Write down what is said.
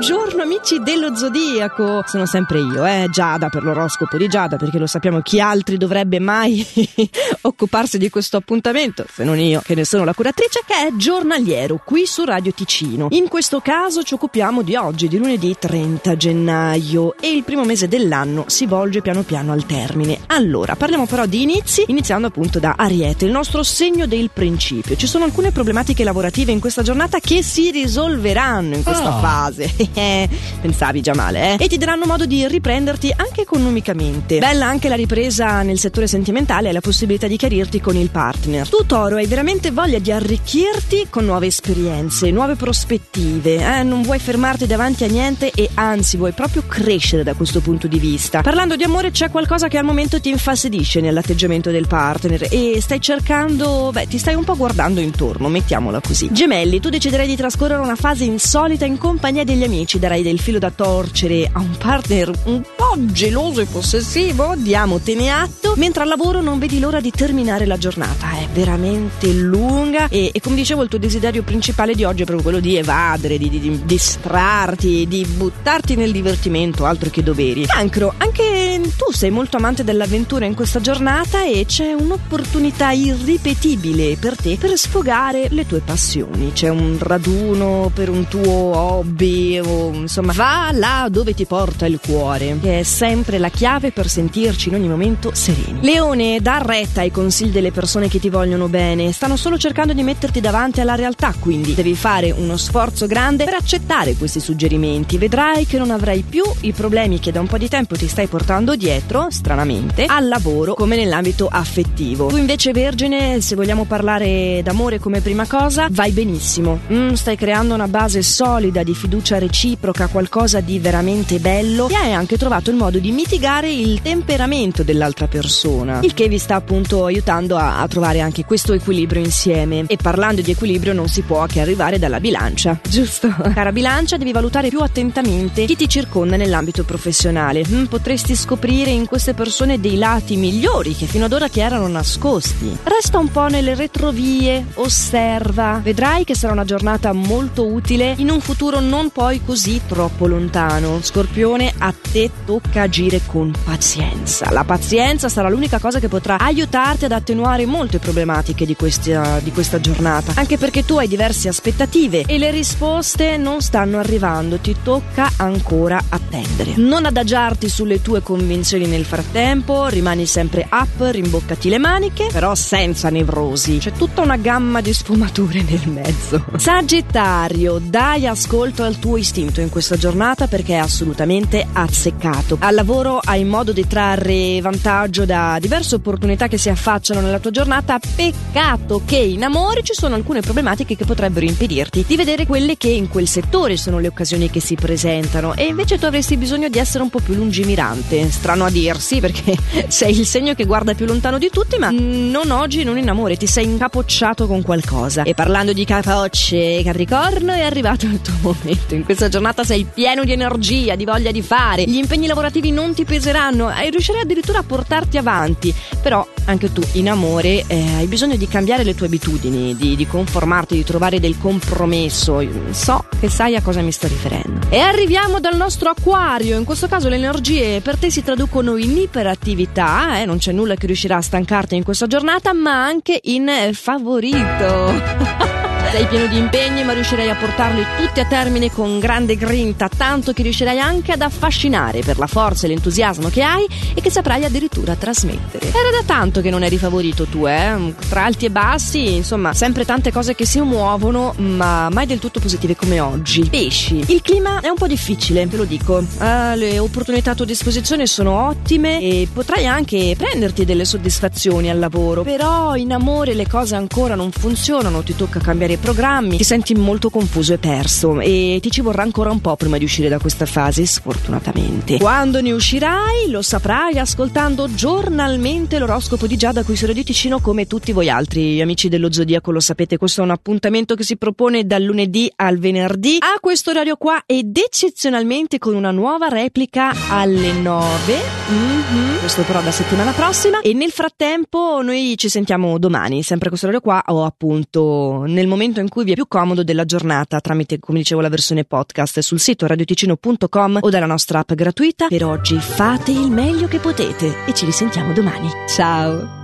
Buongiorno amici dello Zodiaco, sono sempre io, Giada, per l'oroscopo di Giada, perché lo sappiamo, chi altri dovrebbe mai occuparsi di questo appuntamento, se non io, che ne sono la curatrice, che è giornaliero qui su Radio Ticino. In questo caso ci occupiamo di oggi, di lunedì 30 gennaio, e il primo mese dell'anno si volge piano piano al termine. Allora, parliamo però di inizi, iniziando appunto da Ariete, il nostro segno del principio. Ci sono alcune problematiche lavorative in questa giornata che si risolveranno in questa fase. Pensavi già male, e ti daranno modo di riprenderti anche economicamente. Bella anche la ripresa nel settore sentimentale e la possibilità di chiarirti con il partner. Tu, Toro, hai veramente voglia di arricchirti con nuove esperienze, nuove prospettive, non vuoi fermarti davanti a niente e anzi vuoi proprio crescere da questo punto di vista. Parlando di amore, c'è qualcosa che al momento ti infastidisce nell'atteggiamento del partner e stai cercando, ti stai un po' guardando intorno, mettiamola così. Gemelli, tu deciderai di trascorrere una fase insolita in compagnia degli amici, darai del filo da torcere a un partner un po' geloso e possessivo, diamotene atto, mentre al lavoro non vedi l'ora di terminare la giornata, è veramente lunga e come dicevo il tuo desiderio principale di oggi è proprio quello di evadere, di distrarti, di buttarti nel divertimento, altro che doveri. Cancro, anche tu sei molto amante dell'avventura in questa giornata e c'è un'opportunità irripetibile per te per sfogare le tue passioni. C'è un raduno per un tuo hobby o insomma va là dove ti porta il cuore, che è sempre la chiave per sentirci in ogni momento sereni. Leone, dà retta ai consigli delle persone che ti vogliono bene, stanno solo cercando di metterti davanti alla realtà, quindi devi fare uno sforzo grande per accettare questi suggerimenti. Vedrai che non avrai più i problemi che da un po' di tempo ti stai portando dietro, stranamente, al lavoro come nell'ambito affettivo. Tu invece, Vergine, se vogliamo parlare d'amore come prima cosa, vai benissimo. Stai creando una base solida di fiducia reciproca, qualcosa di veramente bello, e hai anche trovato il modo di mitigare il temperamento dell'altra persona, il che vi sta appunto aiutando a trovare anche questo equilibrio insieme. E parlando di equilibrio non si può che arrivare dalla bilancia, giusto? Cara bilancia, devi valutare più attentamente chi ti circonda nell'ambito professionale. Potresti scoprire in queste persone dei lati migliori che fino ad ora ti erano nascosti. Resta un po' nelle retrovie, osserva, vedrai che sarà una giornata molto utile in un futuro non poi così troppo lontano. Scorpione, a te tocca agire con pazienza. La pazienza sarà l'unica cosa che potrà aiutarti ad attenuare molte problematiche di questa giornata, anche perché tu hai diverse aspettative e le risposte non stanno arrivando, ti tocca ancora attendere. Non adagiarti sulle tue convinzioni nel frattempo, rimani sempre up, rimboccati le maniche, però senza nevrosi, c'è tutta una gamma di sfumature nel mezzo. Sagittario, dai ascolto al tuo istinto in questa giornata perché è assolutamente azzeccato. Al lavoro hai modo di trarre vantaggio da diverse opportunità che si affacciano nella tua giornata. Peccato che in amore ci sono alcune problematiche che potrebbero impedirti di vedere quelle che in quel settore sono le occasioni che si presentano, e invece tu avresti bisogno di essere un po' più lungimirante. Strano a dirsi perché sei il segno che guarda più lontano di tutti, ma non oggi, non in amore, ti sei incapocciato con qualcosa. E parlando di capocce, Capricorno, è arrivato il tuo momento. In questa giornata sei pieno di energia, di voglia di fare, gli impegni lavorativi non ti peseranno e riuscirai addirittura a portarti avanti. Però anche tu in amore hai bisogno di cambiare le tue abitudini, di conformarti, di trovare del compromesso. So che sai a cosa mi sto riferendo. E arriviamo dal nostro Acquario. In questo caso le energie per te si traducono in iperattività, non c'è nulla che riuscirà a stancarti in questa giornata, ma anche in favorito. Sei pieno di impegni, ma riuscirai a portarli tutti a termine con grande grinta, tanto che riuscirai anche ad affascinare per la forza e l'entusiasmo che hai e che saprai addirittura trasmettere. Era da tanto che non eri favorito tu, tra alti e bassi, insomma, sempre tante cose che si muovono, ma mai del tutto positive come oggi. Pesci, il clima è un po' difficile, te lo dico. Le opportunità a tua disposizione sono ottime e potrai anche prenderti delle soddisfazioni al lavoro, però in amore le cose ancora non funzionano, ti tocca cambiare programmi, ti senti molto confuso e perso e ti ci vorrà ancora un po' prima di uscire da questa fase, sfortunatamente. Quando ne uscirai lo saprai ascoltando giornalmente l'oroscopo di Giada qui su Radio Ticino, come tutti voi altri amici dello Zodiaco lo sapete. Questo è un appuntamento che si propone dal lunedì al venerdì a questo orario qua ed eccezionalmente con una nuova replica alle 9. Questo però da settimana prossima, e nel frattempo noi ci sentiamo domani sempre a questo orario qua o appunto nel momento momento in cui vi è più comodo della giornata, tramite, come dicevo, la versione podcast sul sito radioticino.com o dalla nostra app gratuita. Per oggi fate il meglio che potete e ci risentiamo domani. Ciao!